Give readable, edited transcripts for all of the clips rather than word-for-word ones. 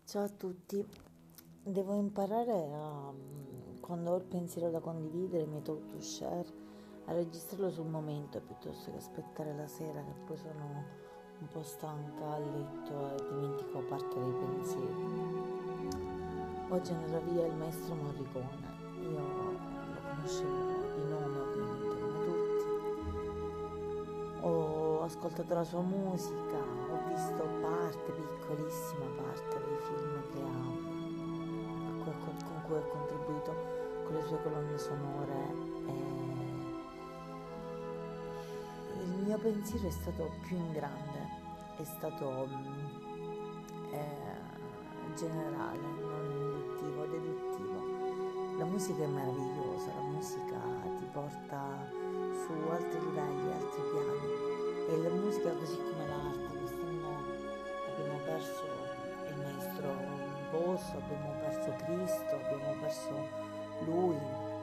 Ciao a tutti, devo imparare quando ho il pensiero da condividere, mi to to share, a registrarlo sul momento piuttosto che aspettare la sera che poi sono un po' stanca a letto e dimentico parte dei pensieri. Oggi è andato via il maestro Morricone, io lo conoscevo di nome ovviamente come tutti, ho ascoltato la sua musica, ho visto parte, piccolissima parte dei film che con cui ha contribuito con le sue colonne sonore. Il mio pensiero è stato più in grande, è stato generale, non induttivo, deduttivo. La musica è meravigliosa, la musica ti porta su altri livelli, altri piani. E la musica, così come l'arte, quest'anno abbiamo perso il maestro Bosso, abbiamo perso Cristo, abbiamo perso lui.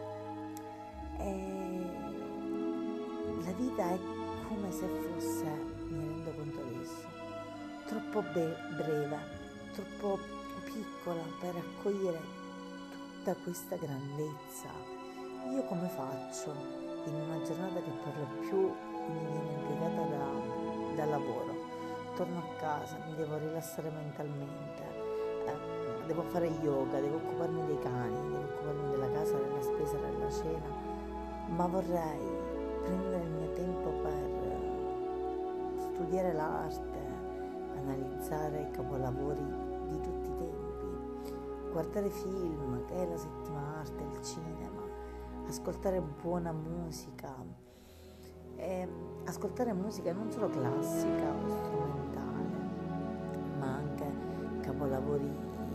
E la vita è come se fosse, mi rendo conto adesso, troppo breve, troppo piccola per accogliere tutta questa grandezza. Io come faccio in una giornata che per lo più mi viene impiegata da lavoro? Torno a casa, mi devo rilassare mentalmente, devo fare yoga, devo occuparmi dei cani, devo occuparmi della casa, della spesa, della cena, ma vorrei prendere il mio tempo per studiare l'arte, analizzare i capolavori di tutti i tempi, guardare film, che è la settima arte, il cinema, ascoltare buona musica, e ascoltare musica non solo classica o strumentale, ma anche capolavori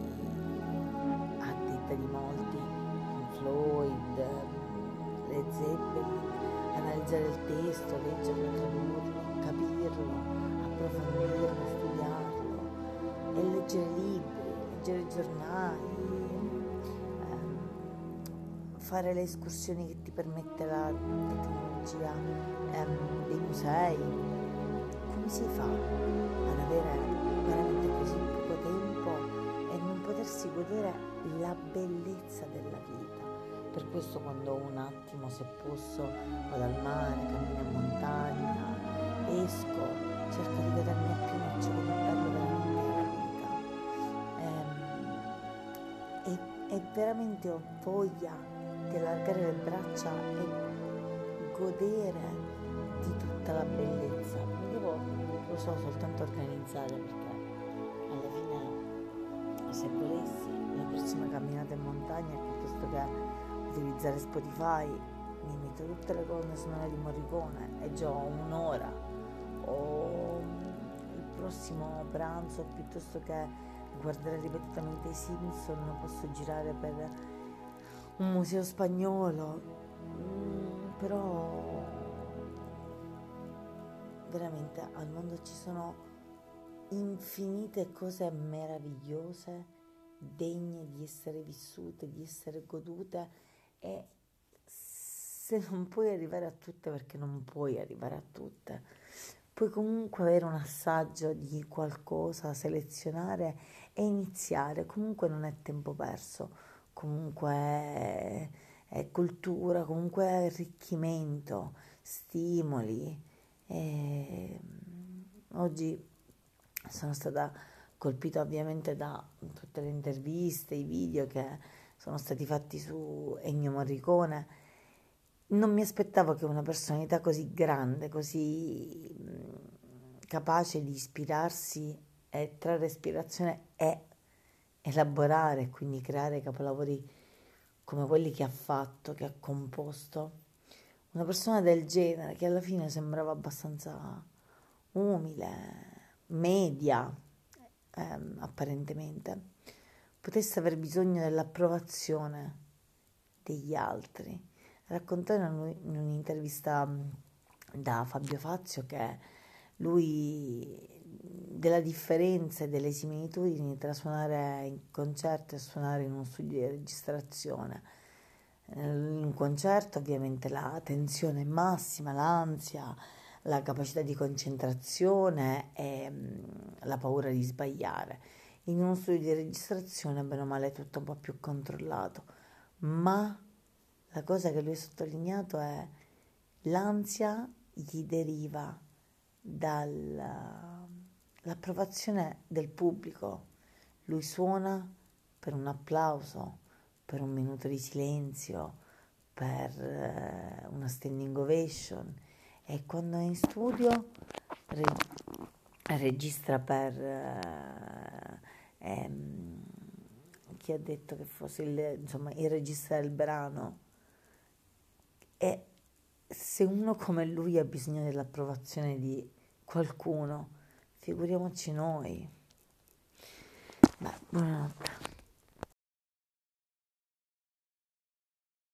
a detta di molti, Pink Floyd, Led Zeppelin, analizzare il testo, leggerlo, tradurlo, capirlo, approfondirlo, studiarlo e leggere libri, leggere giornali, fare le escursioni che ti permette la tecnologia dei musei. Come si fa ad avere veramente così poco tempo e non potersi godere la bellezza della vita? Per questo quando ho un attimo, se posso, vado al mare, cammino in montagna, esco, cerco di vedermi appieno a ciò che di bello veramente è la vita. E veramente ho voglia di allargare le braccia e godere di tutta la bellezza. Mi devo, lo so, soltanto organizzare perché alla fine, se volessi, la prossima camminata in montagna piuttosto che utilizzare Spotify mi metto tutte le colonne sonore di Morricone e già ho un'ora, o il prossimo pranzo piuttosto che guardare ripetutamente i Simpson posso girare per un museo spagnolo. Però veramente al mondo ci sono infinite cose meravigliose, degne di essere vissute, di essere godute, e se non puoi arrivare a tutte, perché non puoi arrivare a tutte, puoi comunque avere un assaggio di qualcosa, selezionare e iniziare. Comunque non è tempo perso, comunque è cultura, comunque è arricchimento, stimoli. E oggi sono stata colpita ovviamente da tutte le interviste, i video che sono stati fatti su Ennio Morricone. Non mi aspettavo che una personalità così grande, così capace di ispirarsi e trarre ispirazione e elaborare, quindi creare capolavori come quelli che ha fatto, che ha composto, una persona del genere che alla fine sembrava abbastanza umile, media, apparentemente, potesse aver bisogno dell'approvazione degli altri. Raccontò in un'intervista da Fabio Fazio che lui della differenza e delle similitudini tra suonare in concerto e suonare in uno studio di registrazione. In concerto ovviamente la tensione è massima, l'ansia, la capacità di concentrazione e la paura di sbagliare. in uno studio di registrazione, bene o male, è tutto un po' più controllato. Ma la cosa che lui ha sottolineato è l'ansia gli deriva dall'approvazione del pubblico. Lui suona per un applauso, per un minuto di silenzio, per una standing ovation, e quando è in studio registra per chi ha detto che fosse il regista del brano. E se uno come lui ha bisogno dell'approvazione di qualcuno, figuriamoci noi. Beh, buonanotte.